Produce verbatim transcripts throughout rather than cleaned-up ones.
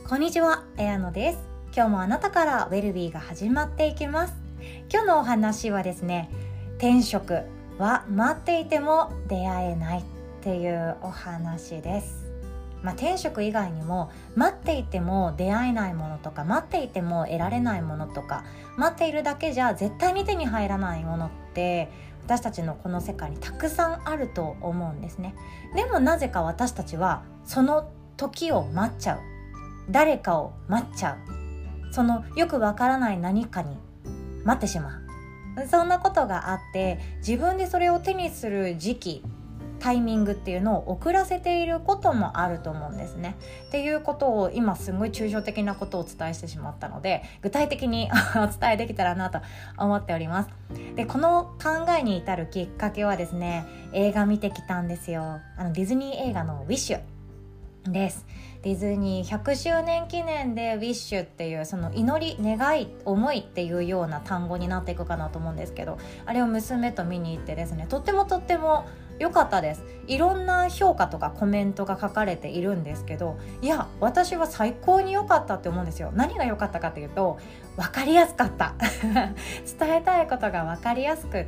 こんにちは、エアノです。今日もあなたからウェルビーが始まっていきます。今日のお話はですね、転職は待っていても出会えないっていうお話です。まあ、転職以外にも待っていても出会えないものとか、待っていても得られないものとか、待っているだけじゃ絶対に手に入らないものって私たちのこの世界にたくさんあると思うんですね。でもなぜか私たちはその時を待っちゃう、誰かを待っちゃう、そのよくわからない何かに待ってしまう、そんなことがあって、自分でそれを手にする時期、タイミングっていうのを遅らせていることもあると思うんですね。っていうことを今すごい抽象的なことをお伝えしてしまったので、具体的にお伝えできたらなと思っております。で、この考えに至るきっかけはですね、映画見てきたんですよ。あのディズニー映画のウィッシュです。ディズニーひゃくしゅうねん記念でウィッシュっていうその祈り、願い、思いっていうような単語になっていくかなと思うんですけど、あれを娘と見に行ってですね、とってもとっても良かったです。いろんな評価とかコメントが書かれているんですけど、いや私は最高に良かったって思うんですよ。何が良かったかというと、分かりやすかった伝えたいことが分かりやすくって、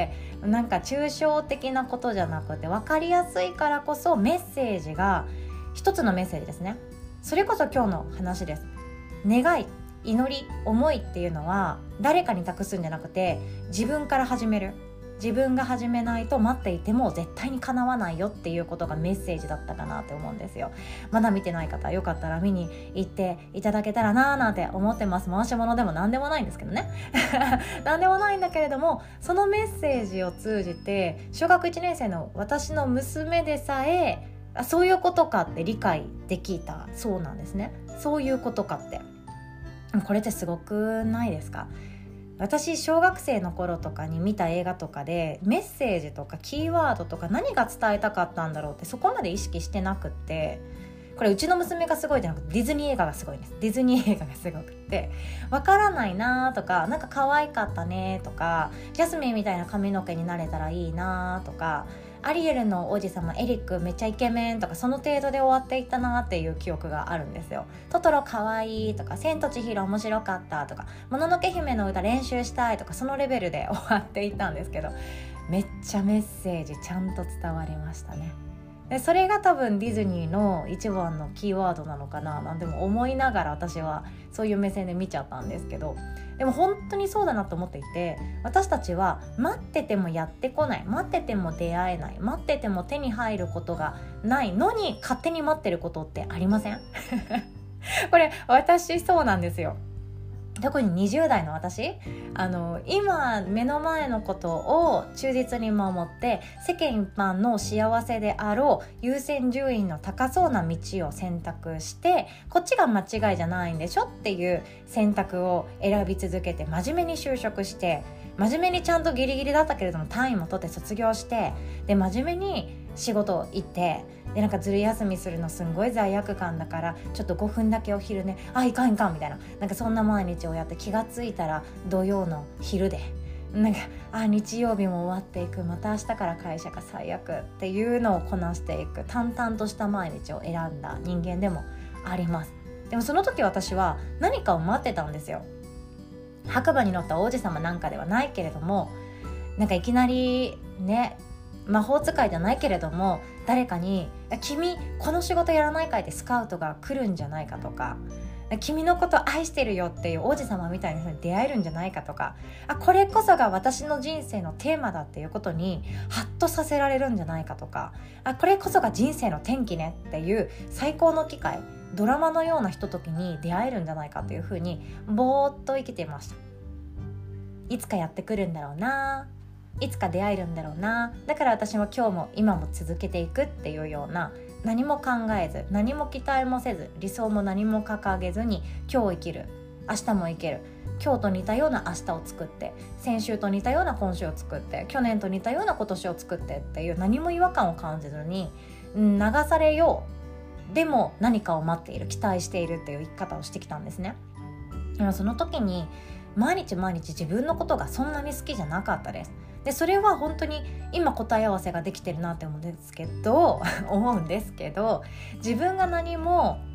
なんか抽象的なことじゃなくて分かりやすいからこそ、メッセージが一つのメッセージですね。それこそ今日の話です。願い、祈り、思いっていうのは誰かに託すんじゃなくて、自分から始める。自分が始めないと待っていても絶対に叶わないよっていうことがメッセージだったかなって思うんですよ。まだ見てない方、よかったら見に行っていただけたらなーなんて思ってます。回し物でも何でもないんですけどね何でもないんだけれども、そのメッセージを通じて小学いちねん生の私の娘でさえ、あ、そういうことかって理解できたそうなんですね。そういうことかって、これってすごくないですか？私小学生の頃とかに見た映画とかでメッセージとかキーワードとか何が伝えたかったんだろうってそこまで意識してなくって、これうちの娘がすごいじゃなくてディズニー映画がすごいんです。ディズニー映画がすごくってわからないなとか、なんか可愛かったねとか、ジャスミンみたいな髪の毛になれたらいいなとか、アリエルの王子様エリックめっちゃイケメンとか、その程度で終わっていったなっていう記憶があるんですよ。トトロかわいいとか、千と千尋面白かったとか、もののけ姫の歌練習したいとか、そのレベルで終わっていったんですけど、めっちゃメッセージちゃんと伝わりましたね。でそれが多分ディズニーの一番のキーワードなのかななんても思いながら、私はそういう目線で見ちゃったんですけど、でも本当にそうだなと思っていて、私たちは待っててもやってこない、待ってても出会えない、待ってても手に入ることがないのに勝手に待ってることってありませんこれ私そうなんですよ。特ににじゅう代の私、あの今目の前のことを忠実に守って世間一般の幸せであろう優先順位の高そうな道を選択して、こっちが間違いじゃないんでしょっていう選択を選び続けて、真面目に就職して、真面目にちゃんとギリギリだったけれども単位も取って卒業して、で真面目に仕事行って、でなんかずる休みするのすんごい罪悪感だから、ちょっとごふんだけお昼ね、あいかんいかんみたいな、なんかそんな毎日をやって、気がついたら土曜の昼で、なんかあ日曜日も終わっていく、また明日から会社が最悪っていうのをこなしていく淡々とした毎日を選んだ人間でもあります。でもその時私は何かを待ってたんですよ。白馬に乗った王子様なんかではないけれども、なんかいきなりね、魔法使いじゃないけれども誰かに君この仕事やらないかいってスカウトが来るんじゃないかとか、君のこと愛してるよっていう王子様みたいな人に出会えるんじゃないかとか、あこれこそが私の人生のテーマだっていうことにハッとさせられるんじゃないかとか、あこれこそが人生の転機ねっていう最高の機会、ドラマのようなひとときに出会えるんじゃないかっていうふうにぼーっと生きていました。いつかやってくるんだろうな、いつか出会えるんだろうな、だから私は今日も今も続けていくっていうような、何も考えず何も期待もせず理想も何も掲げずに今日生きる、明日も生きる、今日と似たような明日を作って、先週と似たような今週を作って、去年と似たような今年を作ってっていう、何も違和感を感じずに流されよう、でも何かを待っている、期待しているっていう生き方をしてきたんですね。でもその時に毎日毎日自分のことがそんなに好きじゃなかったです。でそれは本当に今答え合わせができてるなって思うんですけど思うんですけど自分が何も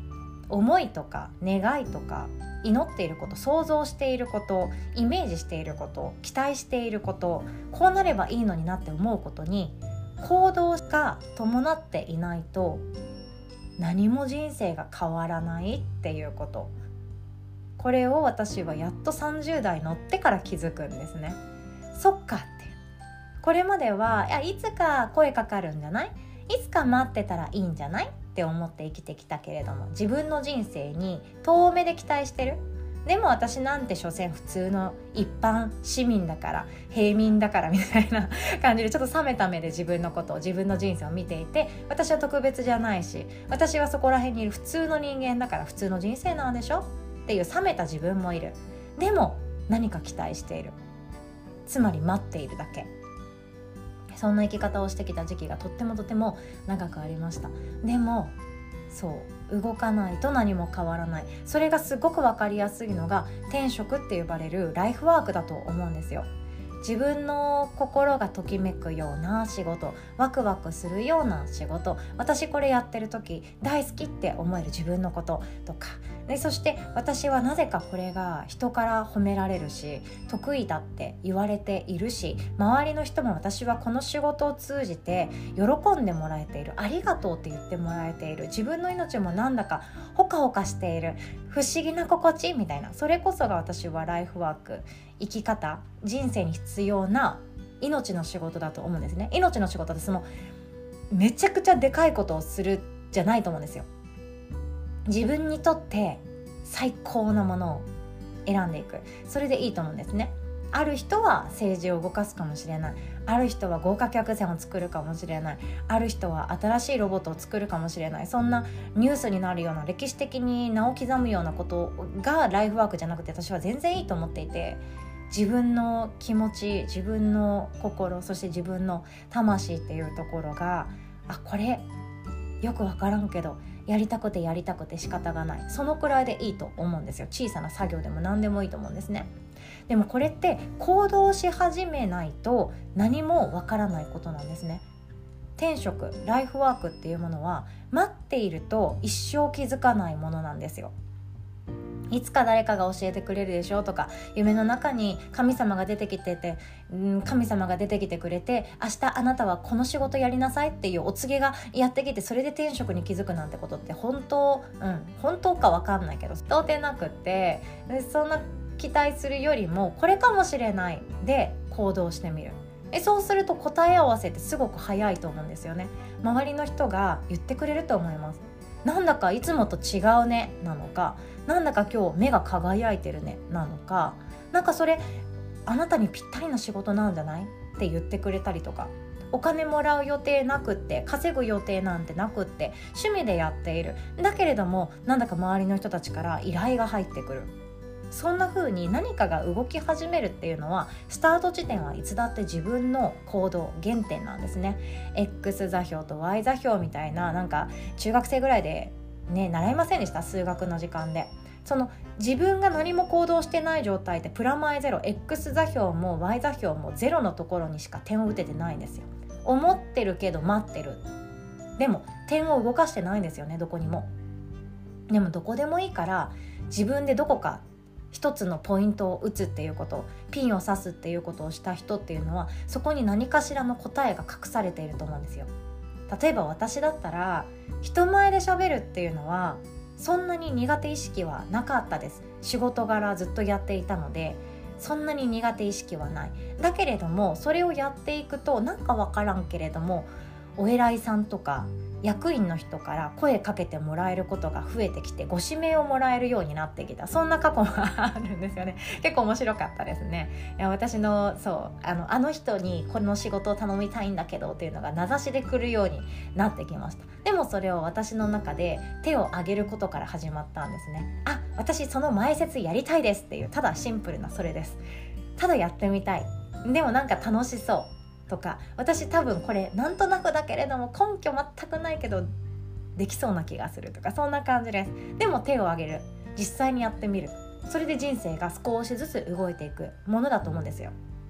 思いとか願いとか祈っていること、想像していること、イメージしていること、期待していること、こうなればいいのになって思うことに行動が伴っていないと何も人生が変わらないっていうこと、これを私はやっとさんじゅう代乗ってから気づくんですね。そっかって、これまではいやいつか声かかるんじゃない、いつか待ってたらいいんじゃないって思って生きてきたけれども、自分の人生に遠目で期待してる。でも私なんて所詮普通の一般市民だから、平民だからみたいな感じでちょっと冷めた目で自分のことを、自分の人生を見ていて、私は特別じゃないし、私はそこら辺にいる普通の人間だから普通の人生なんでしょっていう冷めた自分もいる。でも何か期待している、つまり待っているだけ。そんな生き方をしてきた時期がとってもとても長くありました。でもそう動かないと何も変わらない。それがすごく分かりやすいのが天職って呼ばれるライフワークだと思うんですよ。自分の心がときめくような仕事、ワクワクするような仕事、私これやってる時大好きって思える自分のこととかで、そして私はなぜかこれが人から褒められるし得意だって言われているし、周りの人も私はこの仕事を通じて喜んでもらえている、ありがとうって言ってもらえている、自分の命もなんだかほかほかしている、不思議な心地みたいな、それこそが私はライフワーク、生き方、人生に必要な命の仕事だと思うんですね。命の仕事ってそのめちゃくちゃでかいことをするじゃないと思うんですよ。自分にとって最高なものを選んでいく、それでいいと思うんですね。ある人は政治を動かすかもしれない、ある人は豪華客船を作るかもしれない、ある人は新しいロボットを作るかもしれない、そんなニュースになるような歴史的に名を刻むようなことがライフワークじゃなくて、私は全然いいと思っていて、自分の気持ち、自分の心、そして自分の魂っていうところが、あ、これよくわからんけどやりたくてやりたくて仕方がない、そのくらいでいいと思うんですよ。小さな作業でも何でもいいと思うんですね。でもこれって行動し始めないと何もわからないことなんですね。天職、ライフワークっていうものは待っていると一生気づかないものなんですよ。いつか誰かが教えてくれるでしょとか、夢の中に神様が出てきてて、ん神様が出てきてくれて、明日あなたはこの仕事やりなさいっていうお告げがやってきて、それで天職に気づくなんてことって本当、うん、本当か分かんないけど到底なくって、そんな期待するよりもこれかもしれないで行動してみる。えそうすると答え合わせってすごく早いと思うんですよね。周りの人が言ってくれると思います。なんだかいつもと違うねなのか、なんだか今日目が輝いてるねなのか、なんかそれあなたにぴったりな仕事なんじゃないって言ってくれたりとか、お金もらう予定なくって、稼ぐ予定なんてなくって趣味でやっている、だけれどもなんだか周りの人たちから依頼が入ってくる。そんな風に何かが動き始めるっていうのは、スタート地点はいつだって自分の行動原点なんですね。 X 座標と Y 座標みたいな、なんか中学生ぐらいでね習いませんでした？数学の時間で。その自分が何も行動してない状態ってプラマイゼロ、 X 座標も Y 座標もゼロのところにしか点を打ててないんですよ。思ってるけど待ってる、でも点を動かしてないんですよね、どこにも。でもどこでもいいから自分でどこか一つのポイントを打つっていうこと、ピンを刺すっていうことをした人っていうのは、そこに何かしらの答えが隠されていると思うんですよ。例えば私だったら人前で喋るっていうのはそんなに苦手意識はなかったです。仕事柄ずっとやっていたのでそんなに苦手意識はない。だけれどもそれをやっていくと、なんかわからんけれどもお偉いさんとか役員の人から声かけてもらえることが増えてきて、ご指名をもらえるようになってきた、そんな過去があるんですよね。結構面白かったですね。いや私のそうあのあの人にこの仕事を頼みたいんだけどっていうのが名指しで来るようになってきました。でもそれを私の中で手を挙げることから始まったんですね。あ、私その前説やりたいですっていう、ただシンプルなそれです。ただやってみたい、でもなんか楽しそうとか、私多分これなんとなくだけれども根拠全くないけどできそうな気がするとか、そんな感じです。でも手を挙げる、実際にやってみる、それで人生が少しずつ動いていくものだと思うんですよ。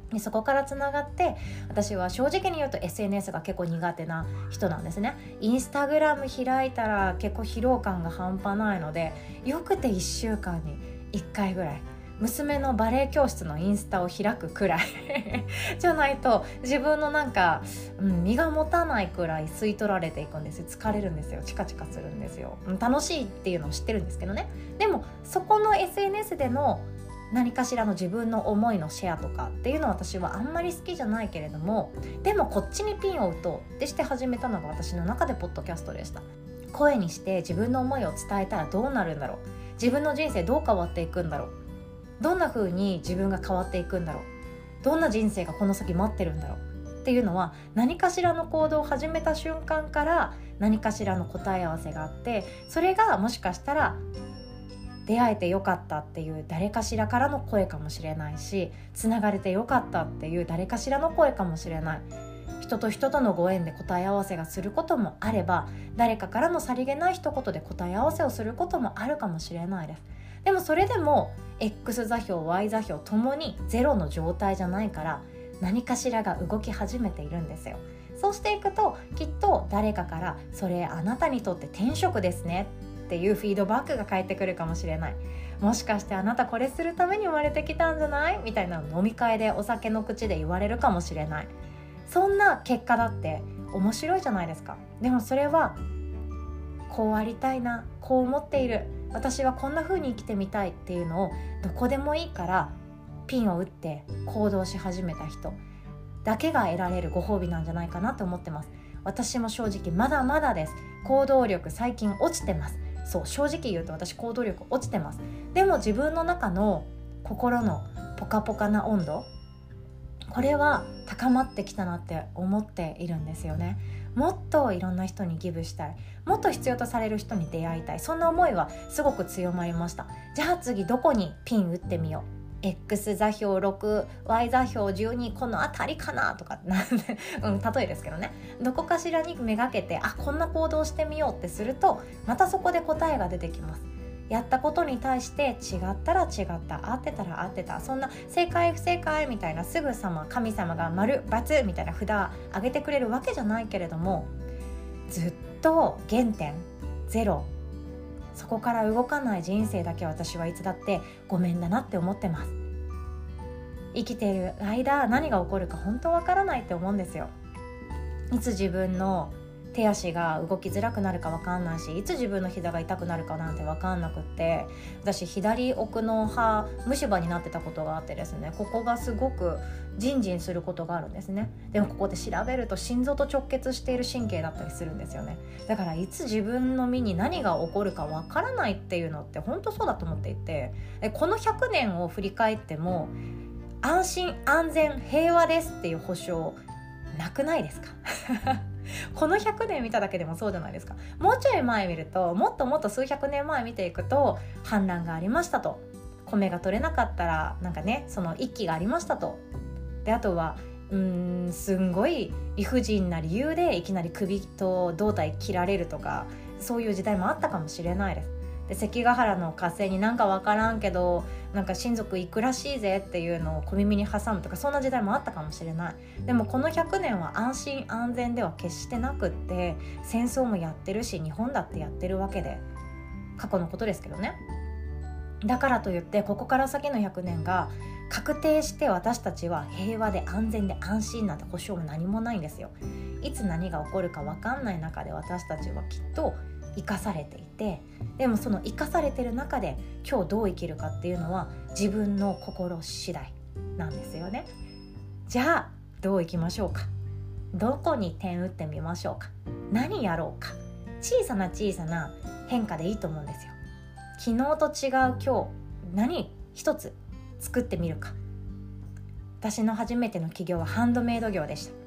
でそこからつながって、私は正直に言うと エスエヌエス が結構苦手な人なんですね。インスタグラム開いたら結構疲労感が半端ないので、よくていっしゅうかんにいっかいぐらい娘のバレエ教室のインスタを開くくらいじゃないと自分のなんか、うん、身が持たないくらい吸い取られていくんですよ。疲れるんですよ。チカチカするんですよ。楽しいっていうのを知ってるんですけどね。でもそこの エスエヌエス での何かしらの自分の思いのシェアとかっていうのは私はあんまり好きじゃないけれども、でもこっちにピンを打とうってして始めたのが私の中でポッドキャストでした。声にして自分の思いを伝えたらどうなるんだろう、自分の人生どう変わっていくんだろう、どんな風に自分が変わっていくんだろう、どんな人生がこの先待ってるんだろうっていうのは、何かしらの行動を始めた瞬間から何かしらの答え合わせがあって、それがもしかしたら出会えてよかったっていう誰かしらからの声かもしれないし、つながれてよかったっていう誰かしらの声かもしれない。人と人とのご縁で答え合わせがすることもあれば、誰かからのさりげない一言で答え合わせをすることもあるかもしれないです。でもそれでも X 座標 Y 座標ともにゼロの状態じゃないから、何かしらが動き始めているんですよ。そうしていくと、きっと誰かからそれあなたにとって天職ですねっていうフィードバックが返ってくるかもしれない。もしかしてあなたこれするために生まれてきたんじゃないみたいなの飲み会でお酒の口で言われるかもしれない。そんな結果だって面白いじゃないですか。でもそれはこうありたいな、こう思っている、私はこんな風に生きてみたいっていうのをどこでもいいからピンを打って行動し始めた人だけが得られるご褒美なんじゃないかなと思ってます。私も正直まだまだです。行動力最近落ちてます。そう正直言うと私行動力落ちてます。でも自分の中の心のポカポカな温度、これは高まってきたなって思っているんですよね。もっといろんな人にギブしたい、もっと必要とされる人に出会いたい、そんな思いはすごく強まりました。じゃあ次どこにピン打ってみよう、 X 座標ろく、 Y 座標じゅうに、このあたりかなとかなんで、うん、例えですけどね、どこかしらにめがけて、あ、こんな行動してみようってすると、またそこで答えが出てきます。やったことに対して違ったら違った、合ってたら合ってた、そんな正解不正解みたいなすぐさま神様が丸×みたいな札上げてくれるわけじゃないけれども、ずっと原点ゼロ、そこから動かない人生だけ私はいつだってごめんだなって思ってます。生きている間何が起こるか本当わからないって思うんですよ。いつ自分の手足が動きづらくなるか分かんないし、いつ自分の膝が痛くなるかなんて分かんなくって、私左奥の歯虫歯になってたことがあってですね、ここがすごくジンジンすることがあるんですね。でもここで調べると心臓と直結している神経だったりするんですよね。だからいつ自分の身に何が起こるか分からないっていうのって本当そうだと思っていて、このひゃくねんを振り返っても安心安全平和ですっていう保証なくないですかこのひゃくねん見ただけでもそうじゃないですか。もうちょい前見ると、もっともっと数百年前見ていくと、氾濫がありましたと、米が取れなかったらなんかね、その一揆がありましたと、であとはうーんすんごい理不尽な理由でいきなり首と胴体切られるとか、そういう時代もあったかもしれないです。で関ヶ原の合戦になんかわからんけどなんか親族行くらしいぜっていうのを小耳に挟むとか、そんな時代もあったかもしれない。でもこのひゃくねんは安心安全では決してなくって、戦争もやってるし日本だってやってるわけで、過去のことですけどね。だからといってここから先のひゃくねんが確定して私たちは平和で安全で安心なんて保証も何もないんですよ。いつ何が起こるか分かんない中で私たちはきっと生かされていて、でもその生かされてる中で今日どう生きるかっていうのは自分の心次第なんですよね。じゃあどう生きましょうか、どこに点打ってみましょうか、何やろうか、小さな小さな変化でいいと思うんですよ。昨日と違う今日何一つ作ってみるか。私の初めての起業はハンドメイド業でした。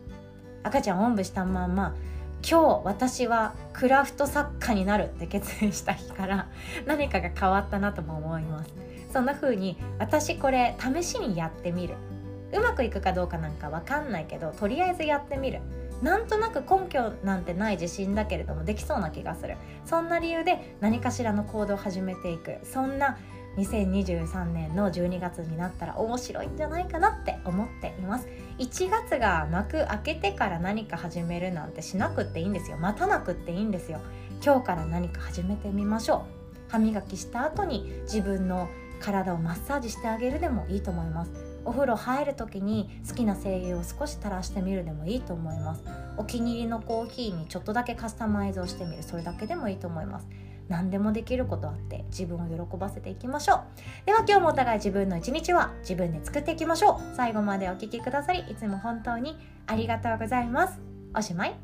赤ちゃんおんぶしたまんま、今日私はクラフト作家になるって決意した日から何かが変わったなとも思います。そんな風に私これ試しにやってみる、うまくいくかどうかなんか分かんないけどとりあえずやってみる、なんとなく根拠なんてない自信だけれどもできそうな気がする、そんな理由で何かしらの行動を始めていく、そんなにせんにじゅうさんねんのじゅうにがつになったら面白いんじゃないかなって思っています。いちがつが幕開けてから何か始めるなんてしなくっていいんですよ。待たなくっていいんですよ。今日から何か始めてみましょう。歯磨きした後に自分の体をマッサージしてあげるでもいいと思います。お風呂入る時に好きな精油を少し垂らしてみるでもいいと思います。お気に入りのコーヒーにちょっとだけカスタマイズをしてみる、それだけでもいいと思います。何でもできることあって自分を喜ばせていきましょう。では今日もお互い自分の一日は自分で作っていきましょう。最後までお聞きくださりいつも本当にありがとうございます。おしまい。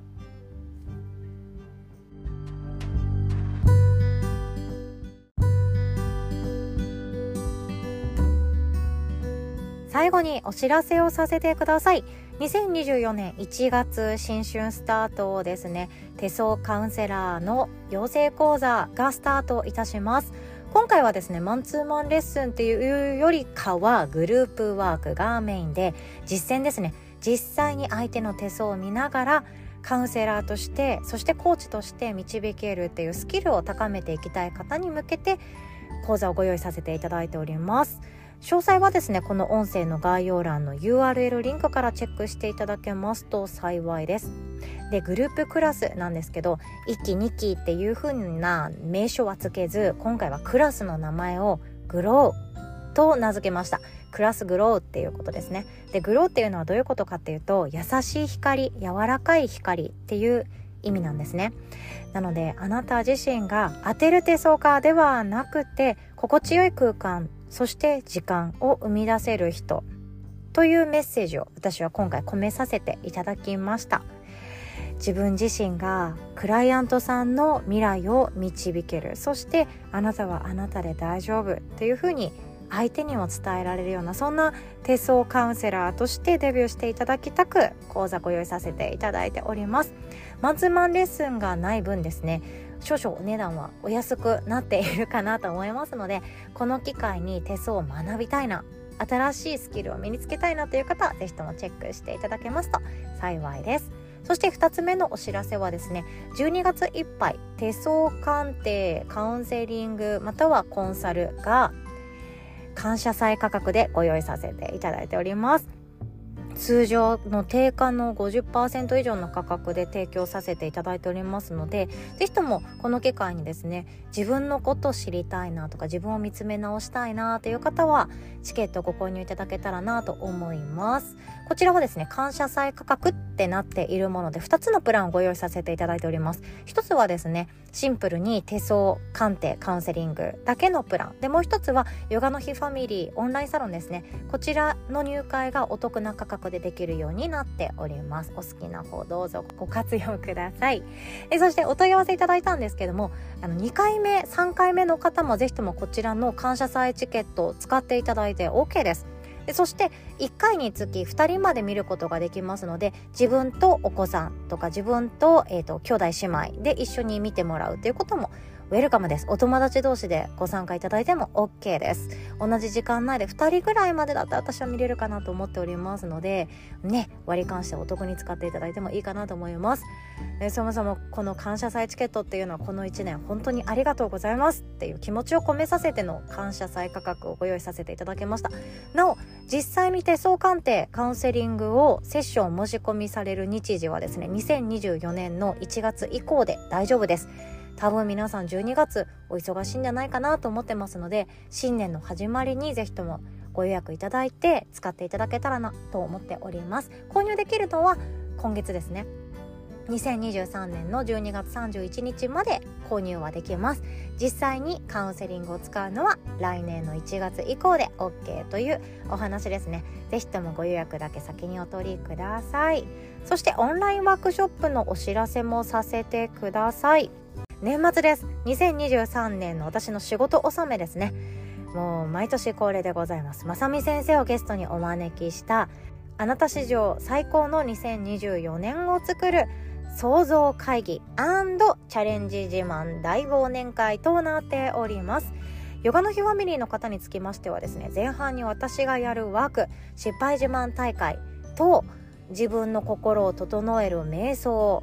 最後にお知らせをさせてください。にせんにじゅうよねんいちがつ新春スタートですね、手相カウンセラーの養成講座がスタートいたします。今回はですね、マンツーマンレッスンっていうよりかはグループワークがメインで、実践ですね。実際に相手の手相を見ながらカウンセラーとして、そしてコーチとして導けるっていうスキルを高めていきたい方に向けて講座をご用意させていただいております。詳細はですね、この音声の概要欄の ユーアールエル リンクからチェックしていただけますと幸いです。で、グループクラスなんですけど、いっきにきっていう風な名称はつけず、今回はクラスの名前をグローと名付けました。クラスグローっていうことですね。で、グローっていうのはどういうことかっていうと、優しい光、柔らかい光っていう意味なんですね。なので、あなた自身が当てる手相家ではなくて、心地よい空間、そして時間を生み出せる人というメッセージを私は今回込めさせていただきました。自分自身がクライアントさんの未来を導ける、そしてあなたはあなたで大丈夫というふうに相手にも伝えられるような、そんな手相カウンセラーとしてデビューしていただきたく講座ご用意させていただいております。マンツーマンレッスンがない分ですね、少々お値段はお安くなっているかなと思いますので、この機会に手相を学びたいな、新しいスキルを身につけたいなという方はぜひともチェックしていただけますと幸いです。そしてふたつめのお知らせはですね、じゅうにがついっぱい手相鑑定、カウンセリングまたはコンサルが感謝祭価格でご用意させていただいております。通常の定価の ごじゅっパーセント 以上の価格で提供させていただいておりますので、ぜひともこの機会にですね、自分のことを知りたいなとか自分を見つめ直したいなという方はチケットをご購入いただけたらなと思います。こちらはですね、感謝祭価格ってなっているものでふたつのプランをご用意させていただいております。ひとつはですね、シンプルに手相鑑定カウンセリングだけのプランで、もうひとつはヨガの日ファミリーオンラインサロンですね。こちらの入会がお得な価格でできるようになっております。お好きな方どうぞご活用ください。えそしてお問い合わせいただいたんですけども、あのにかいめさんかいめの方もぜひともこちらの感謝祭チケットを使っていただいて OK です。でそしていっかいにつきふたりまで見ることができますので、自分とお子さんとか自分と、えーと、兄弟姉妹で一緒に見てもらうということもウェルカムです。お友達同士でご参加いただいても OK です。同じ時間内でふたりぐらいまでだったら私は見れるかなと思っておりますのでね、割り勘してお得に使っていただいてもいいかなと思います。でそもそもこの感謝祭チケットっていうのはこのいちねん本当にありがとうございますっていう気持ちを込めさせての感謝祭価格をご用意させていただきました。なお実際に手相鑑定カウンセリングをセッション申し込みされる日時はですね、にせんにじゅうよねんのいちがつ以降で大丈夫です。多分皆さんじゅうにがつお忙しいんじゃないかなと思ってますので、新年の始まりにぜひともご予約いただいて使っていただけたらなと思っております。購入できるのは今月ですね、にせんにじゅうさんねんのじゅうにがつさんじゅういちにちまで購入はできます。実際にカウンセリングを使うのは来年のいちがつ以降で OK というお話ですね。ぜひともご予約だけ先にお取りください。そしてオンラインワークショップのお知らせもさせてください。年末です。にせんにじゅうさんねんの私の仕事納めですね。もう毎年恒例でございます。まさみ先生をゲストにお招きしたあなた史上最高のにせんにじゅうよねんを作る創造会議&チャレンジ自慢大忘年会となっております。ヨガの日ファミリーの方につきましてはですね、前半に私がやるワーク失敗自慢大会と自分の心を整える瞑想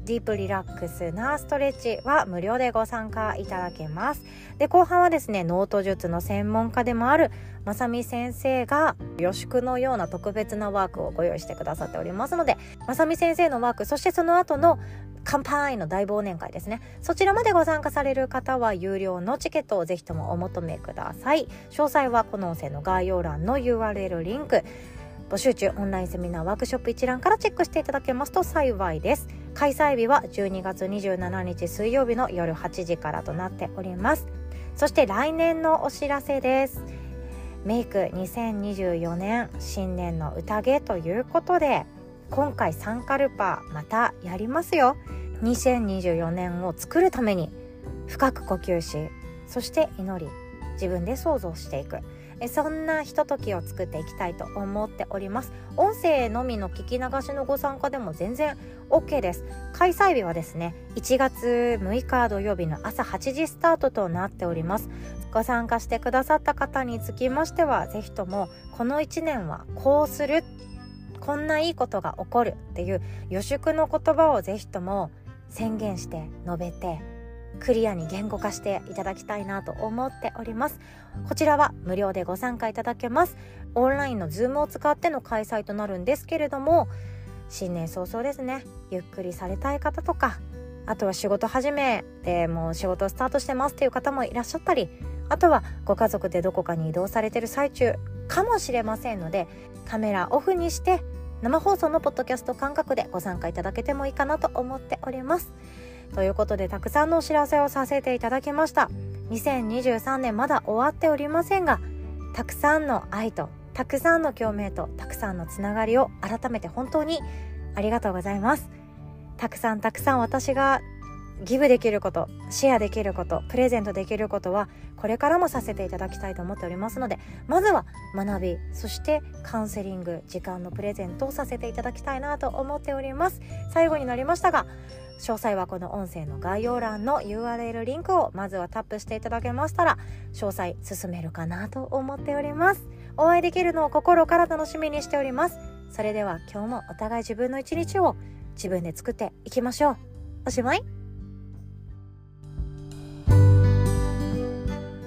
ディープリラックスなストレッチは無料でご参加いただけます。で、後半はですね、ノート術の専門家でもあるまさみ先生が予祝のような特別なワークをご用意してくださっておりますので、まさみ先生のワーク、そしてその後の乾杯の大忘年会ですね、そちらまでご参加される方は有料のチケットをぜひともお求めください。詳細はこの音声の概要欄の ユーアールエル リンク、募集中オンラインセミナーワークショップ一覧からチェックしていただけますと幸いです。開催日はじゅうにがつにじゅうしちにち水曜日の夜はちじからとなっております。そして来年のお知らせです。メイクにせんにじゅうよねん新年の宴ということで、今回サンカルパまたやりますよ。にせんにじゅうよねんを作るために深く呼吸し、そして祈り、自分で想像していく、えそんなひとときを作っていきたいと思っております。音声のみの聞き流しのご参加でも全然 OK です。開催日はですね、いちがつむいか土曜日の朝はちじスタートとなっております。ご参加してくださった方につきましては、ぜひともこのいちねんはこうする、こんないいことが起こるっていう予祝の言葉をぜひとも宣言して述べて、クリアに言語化していただきたいなと思っております。こちらは無料でご参加いただけます。オンラインの Zoom を使っての開催となるんですけれども、新年早々ですね、ゆっくりされたい方とか、あとは仕事始めでもう仕事スタートしてますっていう方もいらっしゃったり、あとはご家族でどこかに移動されてる最中かもしれませんので、カメラオフにして生放送のポッドキャスト感覚でご参加いただけてもいいかなと思っております。ということで、たくさんのお知らせをさせていただきました。にせんにじゅうさんねんまだ終わっておりませんが、たくさんの愛とたくさんの共鳴とたくさんのつながりを改めて本当にありがとうございます。たくさんたくさん私がギブできること、シェアできること、プレゼントできることはこれからもさせていただきたいと思っておりますので、まずは学び、そしてカウンセリング、時間のプレゼントをさせていただきたいなと思っております。最後になりましたが、詳細はこの音声の概要欄の ユーアールエル リンクをまずはタップしていただけましたら、詳細進めるかなと思っております。お会いできるのを心から楽しみにしております。それでは今日もお互い自分の一日を自分で作っていきましょう。おしまい。